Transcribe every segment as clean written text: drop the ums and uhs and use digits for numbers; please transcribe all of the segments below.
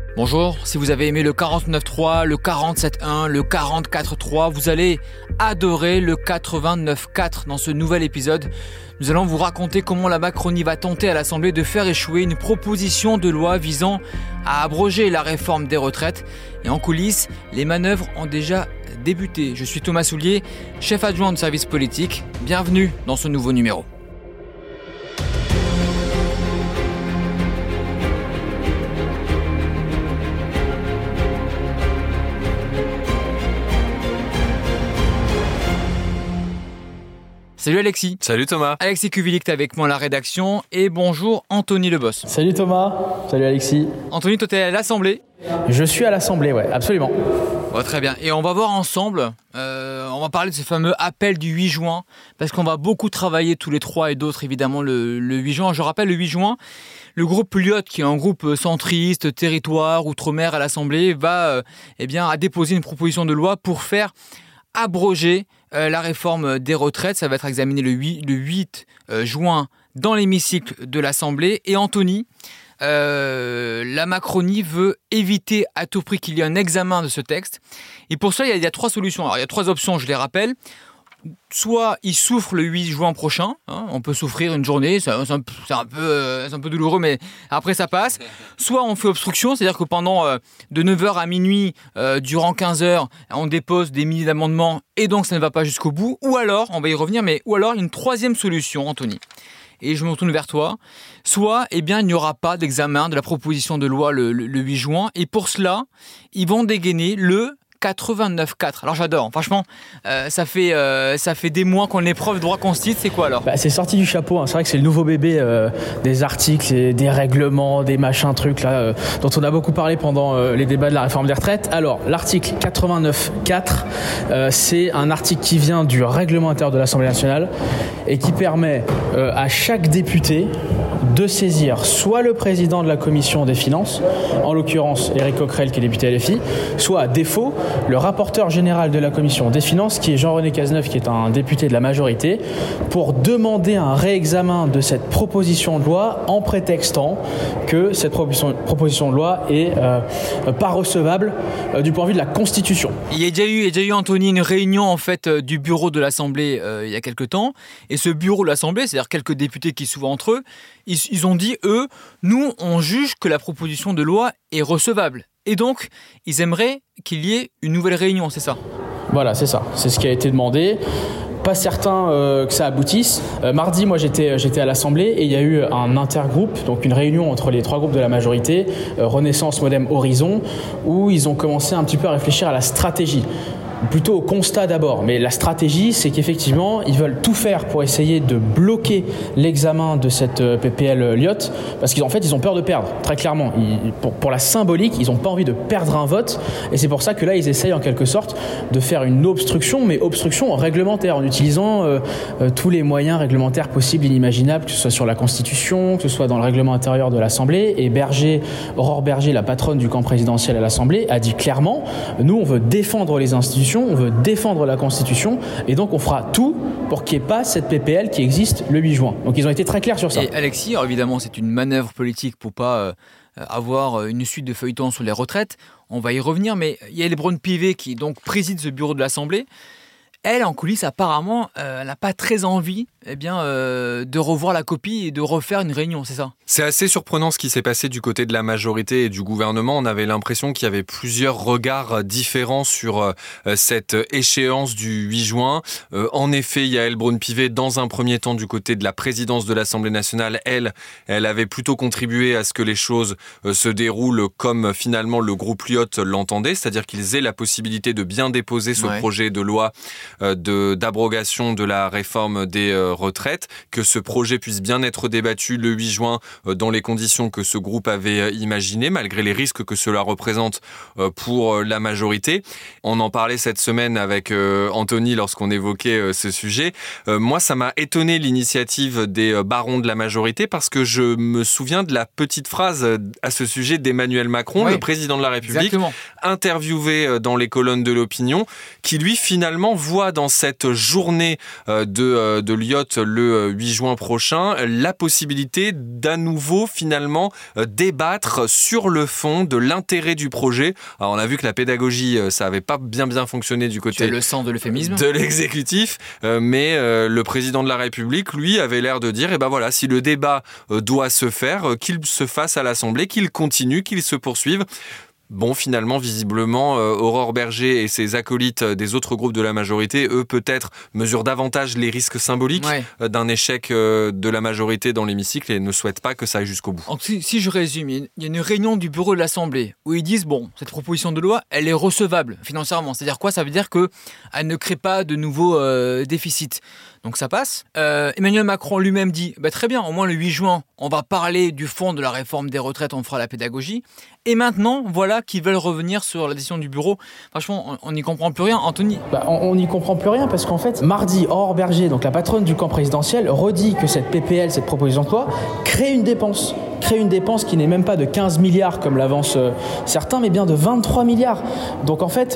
Bonjour, si vous avez aimé le 49.3, le 47.1, le 44.3, vous allez adorer le 89.4 dans ce nouvel épisode. Nous allons vous raconter comment la Macronie va tenter à l'Assemblée de faire échouer une proposition de loi visant à abroger la réforme des retraites. Et en coulisses, les manœuvres ont déjà débuté. Je suis Thomas Soulier, chef adjoint de service politique. Bienvenue dans ce nouveau numéro. Salut Alexis. Salut Thomas. Alexis Cuvillic est avec moi à la rédaction et bonjour Anthony Lebos. Salut Thomas. Salut Alexis. Anthony, toi t'es à l'Assemblée ? Je suis à l'Assemblée, ouais, absolument. Ouais, très bien. Et on va voir ensemble, on va parler de ce fameux appel du 8 juin parce qu'on va beaucoup travailler tous les trois et d'autres évidemment le 8 juin. Je rappelle, le 8 juin, le groupe Lyot, qui est un groupe centriste, territoire, outre-mer à l'Assemblée, va a déposé une proposition de loi pour faire abroger la réforme des retraites. Ça va être examiné le 8 juin dans l'hémicycle de l'Assemblée. Et Anthony, la Macronie veut éviter à tout prix qu'il y ait un examen de ce texte. Et pour ça, il y a trois solutions. Alors, il y a trois options, je les rappelle. Soit il souffre le 8 juin prochain, on peut souffrir une journée, c'est un peu douloureux, mais après ça passe. Soit on fait obstruction, c'est-à-dire que pendant de 9h à minuit, durant 15h, on dépose des milliers d'amendements et donc ça ne va pas jusqu'au bout. Ou alors, on va y revenir, ou alors une troisième solution, Anthony. Et je me retourne vers toi. Soit, il n'y aura pas d'examen de la proposition de loi le 8 juin. Et pour cela, ils vont dégainer le 89.4. Alors j'adore, franchement, ça fait des mois qu'on est prof de droit constitue, c'est quoi alors ? C'est sorti du chapeau, c'est vrai que c'est le nouveau bébé des articles, des règlements, des machins trucs là, dont on a beaucoup parlé pendant les débats de la réforme des retraites. Alors l'article 89.4, c'est un article qui vient du règlement intérieur de l'Assemblée nationale et qui permet à chaque député de saisir soit le président de la commission des finances, en l'occurrence Éric Coquerel qui est député LFI, soit à défaut le rapporteur général de la commission des finances qui est Jean-René Cazeneuve qui est un député de la majorité pour demander un réexamen de cette proposition de loi en prétextant que cette proposition de loi est pas recevable du point de vue de la Constitution. Il y a déjà eu Anthony une réunion en fait du bureau de l'Assemblée il y a quelques temps et ce bureau de l'Assemblée, c'est-à-dire quelques députés qui souvent entre eux, ils ont dit, eux, nous, on juge que la proposition de loi est recevable. Et donc, ils aimeraient qu'il y ait une nouvelle réunion, c'est ça ? Voilà, c'est ça. C'est ce qui a été demandé. Pas certain que ça aboutisse. Mardi, moi, j'étais à l'Assemblée et il y a eu un intergroupe, donc une réunion entre les trois groupes de la majorité, Renaissance, Modem, Horizon, où ils ont commencé un petit peu à réfléchir à la stratégie. Plutôt au constat d'abord, mais la stratégie, c'est qu'effectivement, ils veulent tout faire pour essayer de bloquer l'examen de cette PPL Lyot, parce qu'en fait, ils ont peur de perdre, très clairement. Pour la symbolique, ils n'ont pas envie de perdre un vote, et c'est pour ça que là, ils essayent en quelque sorte de faire une obstruction, mais obstruction réglementaire, en utilisant tous les moyens réglementaires possibles, inimaginables, que ce soit sur la Constitution, que ce soit dans le règlement intérieur de l'Assemblée. Et Aurore Berger, la patronne du camp présidentiel à l'Assemblée, a dit clairement, nous, on veut défendre les institutions, on veut défendre la Constitution et donc on fera tout pour qu'il n'y ait pas cette PPL qui existe le 8 juin. Donc ils ont été très clairs sur ça. Et Alexis, alors évidemment c'est une manœuvre politique pour pas avoir une suite de feuilletons sur les retraites. On va y revenir, mais Yaël Braun-Pivet qui donc préside ce bureau de l'Assemblée, elle en coulisses apparemment n'a pas très envie de revoir la copie et de refaire une réunion, c'est ça ? C'est assez surprenant ce qui s'est passé du côté de la majorité et du gouvernement. On avait l'impression qu'il y avait plusieurs regards différents sur cette échéance du 8 juin. En effet, Yaël Braun-Pivet, dans un premier temps du côté de la présidence de l'Assemblée nationale, elle avait plutôt contribué à ce que les choses se déroulent comme finalement le groupe Lyot l'entendait, c'est-à-dire qu'ils aient la possibilité de bien déposer ce projet de loi d'abrogation de la réforme des retraites, que ce projet puisse bien être débattu le 8 juin dans les conditions que ce groupe avait imaginées, malgré les risques que cela représente pour la majorité. On en parlait cette semaine avec Anthony lorsqu'on évoquait ce sujet. Moi, ça m'a étonné l'initiative des barons de la majorité parce que je me souviens de la petite phrase à ce sujet d'Emmanuel Macron, le président de la République, interviewé dans les colonnes de l'Opinion, qui lui finalement voit voit dans cette journée de l'IOT le 8 juin prochain la possibilité d'à nouveau finalement débattre sur le fond de l'intérêt du projet. Alors on a vu que la pédagogie, ça n'avait pas bien fonctionné du côté le sens de l'euphémisme de l'exécutif, mais le président de la République, lui, avait l'air de dire, voilà, si le débat doit se faire, qu'il se fasse à l'Assemblée, qu'il continue, qu'il se poursuive. Bon, finalement, visiblement, Aurore Bergé et ses acolytes des autres groupes de la majorité, eux, peut-être, mesurent davantage les risques symboliques d'un échec de la majorité dans l'hémicycle et ne souhaitent pas que ça aille jusqu'au bout. Donc, si je résume, il y a une réunion du bureau de l'Assemblée où ils disent, cette proposition de loi, elle est recevable financièrement. C'est-à-dire quoi ? Ça veut dire qu'elle ne crée pas de nouveaux déficits. Donc ça passe. Emmanuel Macron lui-même dit, très bien, au moins le 8 juin, on va parler du fond de la réforme des retraites, on fera la pédagogie. Et maintenant, voilà qu'ils veulent revenir sur la décision du bureau. Franchement, on n'y comprend plus rien. Anthony ? On n'y comprend plus rien parce qu'en fait, mardi, Aurore Bergé, donc la patronne du camp présidentiel, redit que cette PPL, cette proposition de loi, crée une dépense qui n'est même pas de 15 milliards comme l'avancent certains, mais bien de 23 milliards. Donc en fait,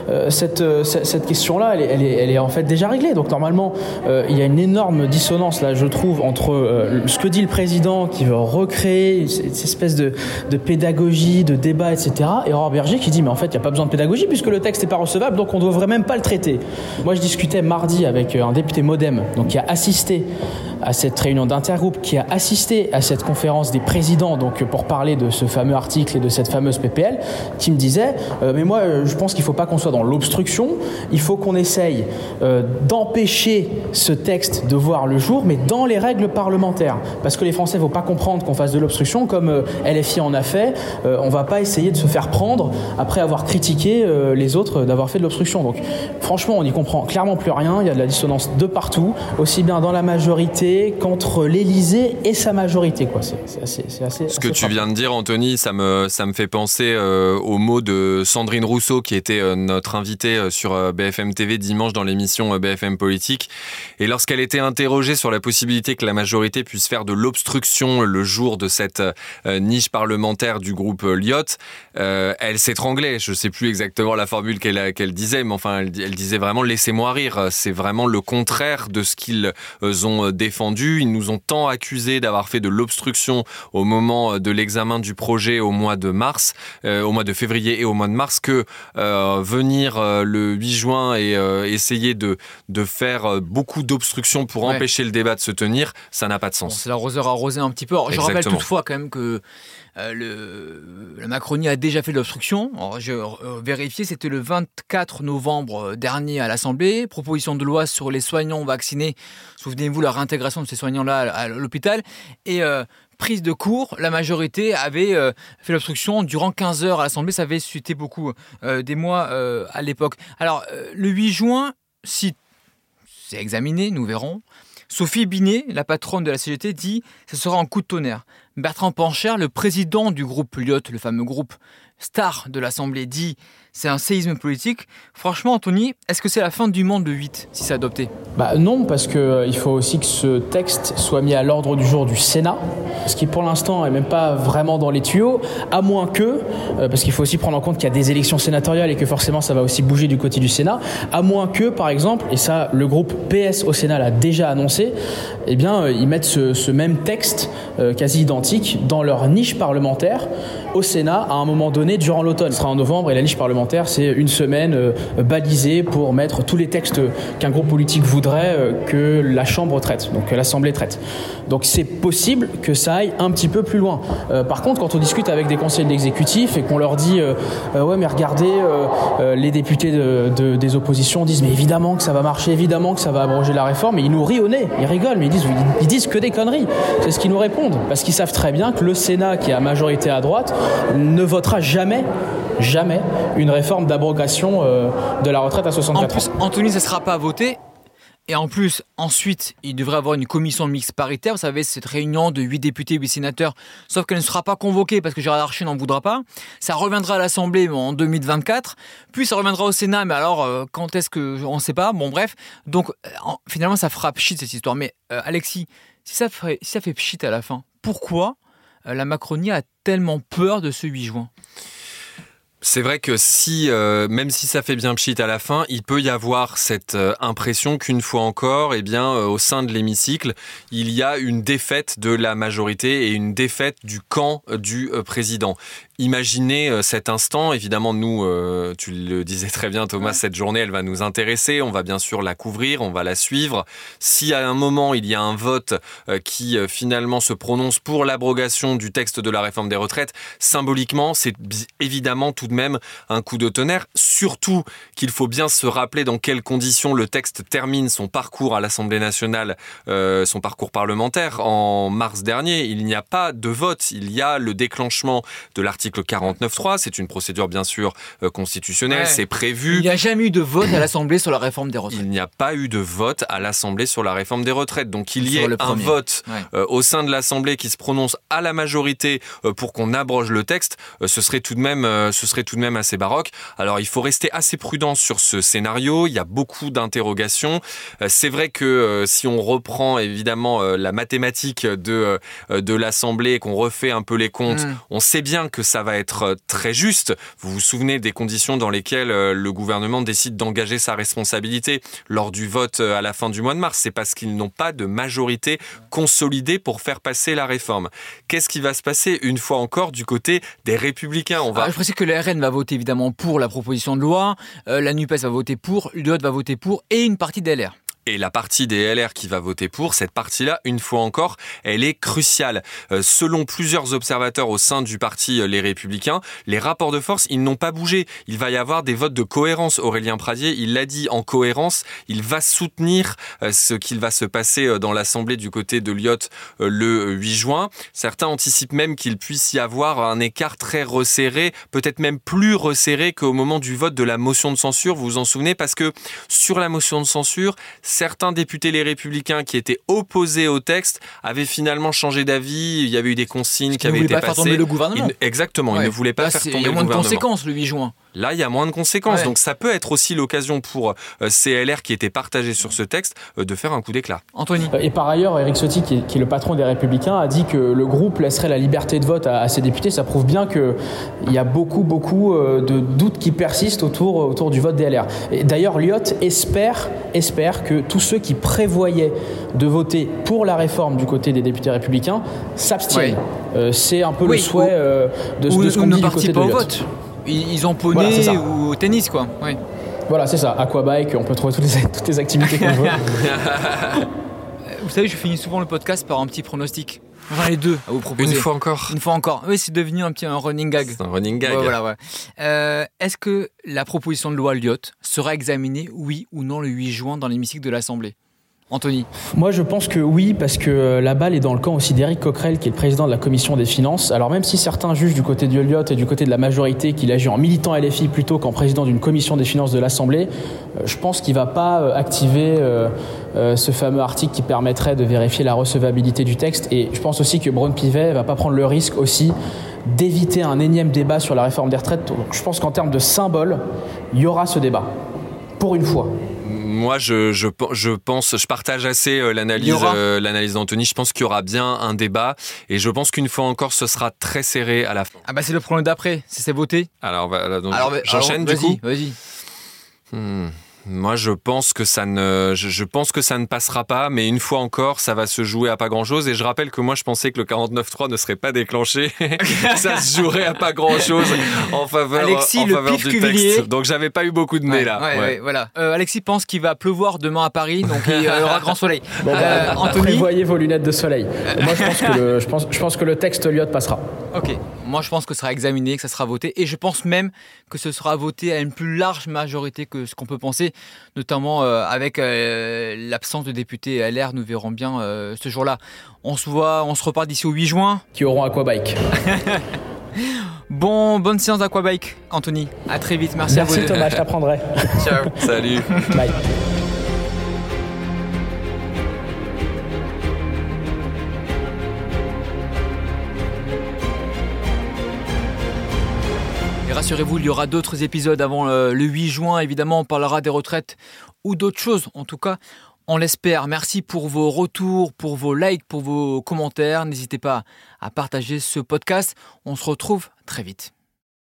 cette question-là, elle est en fait déjà réglée. Donc normalement, il y a une énorme dissonance là, je trouve, entre ce que dit le président qui veut recréer cette espèce de pédagogie, de débat, etc. et Aurore Bergé qui dit mais en fait il n'y a pas besoin de pédagogie puisque le texte n'est pas recevable, donc on ne devrait même pas le traiter. Moi je discutais mardi avec un député Modem donc, qui a assisté à cette réunion d'intergroupe, qui a assisté à cette conférence des présidents donc pour parler de ce fameux article et de cette fameuse PPL, qui me disait mais moi je pense qu'il ne faut pas qu'on soit dans l'obstruction, il faut qu'on essaye d'empêcher ce texte de voir le jour, mais dans les règles parlementaires, parce que les Français ne vont pas comprendre qu'on fasse de l'obstruction comme LFI en a fait. On ne va pas essayer de se faire prendre après avoir critiqué les autres d'avoir fait de l'obstruction. Donc franchement on n'y comprend clairement plus rien, il y a de la dissonance de partout, aussi bien dans la majorité qu'entre l'Élysée et sa majorité, quoi. C'est assez Ce que tu viens de dire, Anthony, ça me fait penser aux mots de Sandrine Rousseau, qui était notre invitée sur BFM TV dimanche dans l'émission BFM Politique. Et lorsqu'elle était interrogée sur la possibilité que la majorité puisse faire de l'obstruction le jour de cette niche parlementaire du groupe Lyotte, elle s'étranglait. Je ne sais plus exactement la formule qu'elle disait, mais enfin, elle disait vraiment « laissez-moi rire ». C'est vraiment le contraire de ce qu'ils ont défendu. Ils nous ont tant accusés d'avoir fait de l'obstruction au moment de l'examen du projet au mois de février et au mois de mars que venir le 8 juin et essayer de faire beaucoup d'obstruction pour empêcher le débat de se tenir, ça n'a pas de sens. C'est l'arroseur arrosé un petit peu. Alors, je rappelle toutefois quand même que la Macronie a déjà fait de l'obstruction. Alors, j'ai vérifié, c'était le 24 novembre dernier à l'Assemblée. Proposition de loi sur les soignants vaccinés. Souvenez-vous, la réintégration de ces soignants-là à l'hôpital. Et prise de cours, la majorité avait fait l'obstruction durant 15 heures à l'Assemblée. Ça avait suscité beaucoup d'émoi à l'époque. Alors, le 8 juin, si c'est examiné, nous verrons. Sophie Binet, la patronne de la CGT, dit que ce sera un coup de tonnerre. Bertrand Pancher, le président du groupe Lyotte, le fameux groupe star de l'Assemblée, dit c'est un séisme politique. Franchement, Anthony, est-ce que c'est la fin du monde le 8 si c'est adopté ? Non, parce qu'il faut aussi que ce texte soit mis à l'ordre du jour du Sénat, ce qui pour l'instant n'est même pas vraiment dans les tuyaux, à moins que, parce qu'il faut aussi prendre en compte qu'il y a des élections sénatoriales et que forcément ça va aussi bouger du côté du Sénat, à moins que, par exemple, et ça le groupe PS au Sénat l'a déjà annoncé, eh bien ils mettent ce même texte quasi identique dans leur niche parlementaire au Sénat à un moment donné durant l'automne. Ce sera en novembre et la niche parlementaire c'est une semaine balisée pour mettre tous les textes qu'un groupe politique voudrait que la Chambre traite, donc que l'Assemblée traite. Donc c'est possible que ça aille un petit peu plus loin. Par contre, quand on discute avec des conseillers de l'exécutif et qu'on leur dit ouais mais regardez, les députés des oppositions disent mais évidemment que ça va marcher, évidemment que ça va abroger la réforme, et ils nous rient au nez, ils rigolent, mais ils disent que des conneries. C'est ce qu'ils nous répondent, parce qu'ils savent très bien que le Sénat, qui est à majorité à droite, ne votera jamais une réforme d'abrogation de la retraite à 64 ans. En plus, Anthony, ça ne sera pas voté. Et en plus, ensuite, il devrait y avoir une commission mixte paritaire. Vous savez, cette réunion de 8 députés, 8 sénateurs, sauf qu'elle ne sera pas convoquée parce que Gérard Larcher n'en voudra pas. Ça reviendra à l'Assemblée en 2024, puis ça reviendra au Sénat, mais alors, quand est-ce que... On ne sait pas, bon bref. Donc, finalement, ça fera pchit cette histoire. Mais Alexis, si ça fait pchit à la fin, pourquoi la Macronie a tellement peur de ce 8 juin ? C'est vrai que même si ça fait bien pchit à la fin, il peut y avoir cette impression qu'une fois encore, au sein de l'hémicycle, il y a une défaite de la majorité et une défaite du camp du président. Imaginez cet instant, évidemment nous, tu le disais très bien Thomas, cette journée elle va nous intéresser, on va bien sûr la couvrir, on va la suivre. Si à un moment il y a un vote qui finalement se prononce pour l'abrogation du texte de la réforme des retraites, symboliquement c'est évidemment tout de même un coup de tonnerre, surtout qu'il faut bien se rappeler dans quelles conditions le texte termine son parcours à l'Assemblée nationale, son parcours parlementaire en mars dernier. Il n'y a pas de vote, il y a le déclenchement de l'article 49.3, c'est une procédure bien sûr constitutionnelle, c'est prévu. Il n'y a jamais eu de vote à l'Assemblée sur la réforme des retraites. Il n'y a pas eu de vote à l'Assemblée sur la réforme des retraites. Donc qu'il y ait un vote au sein de l'Assemblée qui se prononce à la majorité pour qu'on abroge le texte, ce serait tout de même assez baroque. Alors il faut rester assez prudent sur ce scénario, il y a beaucoup d'interrogations. C'est vrai que si on reprend évidemment la mathématique de l'Assemblée et qu'on refait un peu les comptes, on sait bien que ça va être très juste. Vous vous souvenez des conditions dans lesquelles le gouvernement décide d'engager sa responsabilité lors du vote à la fin du mois de mars. C'est parce qu'ils n'ont pas de majorité consolidée pour faire passer la réforme. Qu'est-ce qui va se passer une fois encore du côté des Républicains? Je précise que le RN va voter évidemment pour la proposition de loi, la NUPES va voter pour, l'UDOT va voter pour et une partie des LR. Et la partie des LR qui va voter pour, cette partie-là, une fois encore, elle est cruciale. Selon plusieurs observateurs au sein du parti Les Républicains, les rapports de force, ils n'ont pas bougé. Il va y avoir des votes de cohérence. Aurélien Pradié, il l'a dit, en cohérence, il va soutenir ce qu'il va se passer dans l'Assemblée du côté de Lyotte le 8 juin. Certains anticipent même qu'il puisse y avoir un écart très resserré, peut-être même plus resserré qu'au moment du vote de la motion de censure. Vous vous en souvenez? Parce que sur la motion de censure, certains députés Les Républicains qui étaient opposés au texte avaient finalement changé d'avis. Il y avait eu des consignes qui avaient été passées. Ils ne voulaient pas faire tomber le gouvernement. Exactement, ils ne voulaient pas faire tomber le gouvernement. Il y a moins de conséquences le 8 juin. Là, il y a moins de conséquences. Donc ça peut être aussi l'occasion pour ces LR qui étaient partagés sur ce texte de faire un coup d'éclat. Anthony. Et par ailleurs, Éric Ciotti, qui est le patron des Républicains, a dit que le groupe laisserait la liberté de vote à ses députés. Ça prouve bien qu'il y a beaucoup de doutes qui persistent autour du vote des LR. Et d'ailleurs, Lyotte espère que tous ceux qui prévoyaient de voter pour la réforme du côté des députés républicains s'abstiennent. C'est un peu le souhait de ce qu'on dit du côté de Lyotte. Ils ont poney ou au tennis, quoi. Oui. Voilà, c'est ça. Aquabike, on peut trouver toutes les activités qu'on veut. Vous savez, je finis souvent le podcast par un petit pronostic. J'en ai deux à vous proposer. Une fois encore. Oui, c'est devenu un running gag. C'est un running gag. Est-ce que la proposition de loi Lyotte sera examinée, oui ou non, le 8 juin dans l'hémicycle de l'Assemblée? Anthony. Moi, je pense que oui, parce que la balle est dans le camp aussi d'Éric Coquerel, qui est le président de la commission des finances. Alors même si certains jugent du côté de Lyotte et du côté de la majorité qu'il agit en militant LFI plutôt qu'en président d'une commission des finances de l'Assemblée, je pense qu'il ne va pas activer ce fameux article qui permettrait de vérifier la recevabilité du texte. Et je pense aussi que Braun-Pivet ne va pas prendre le risque aussi d'éviter un énième débat sur la réforme des retraites. Donc, je pense qu'en termes de symbole, il y aura ce débat, pour une fois. Moi, je partage assez l'analyse d'Anthony. Je pense qu'il y aura bien un débat et je pense qu'une fois encore, ce sera très serré à la fin. Ah bah c'est le problème d'après, c'est voté. Alors j'enchaîne du coup. Vas-y. Moi, je pense que ça ne passera pas, mais une fois encore, ça va se jouer à pas grand-chose. Et je rappelle que moi, je pensais que le 49.3 ne serait pas déclenché. Ça se jouerait à pas grand-chose en faveur du texte. Donc, j'avais pas eu beaucoup de nez là. Voilà. Alexis pense qu'il va pleuvoir demain à Paris, donc il y aura grand soleil. Anthony, prévoyez vos lunettes de soleil. Moi, je pense que le texte Lyotte passera. Ok. Moi, je pense que ce sera examiné, que ça sera voté, et je pense même que ce sera voté à une plus large majorité que ce qu'on peut penser, notamment avec l'absence de députés LR. Nous verrons bien ce jour-là. On se reparle d'ici au 8 juin. Qui auront aquabike. Bonne séance d'aquabike, Anthony. À très vite. Merci à vous. Merci Thomas, je t'apprendrai. Ciao. Salut. Bye. Rassurez-vous, il y aura d'autres épisodes avant le 8 juin. Évidemment, on parlera des retraites ou d'autres choses. En tout cas, on l'espère. Merci pour vos retours, pour vos likes, pour vos commentaires. N'hésitez pas à partager ce podcast. On se retrouve très vite.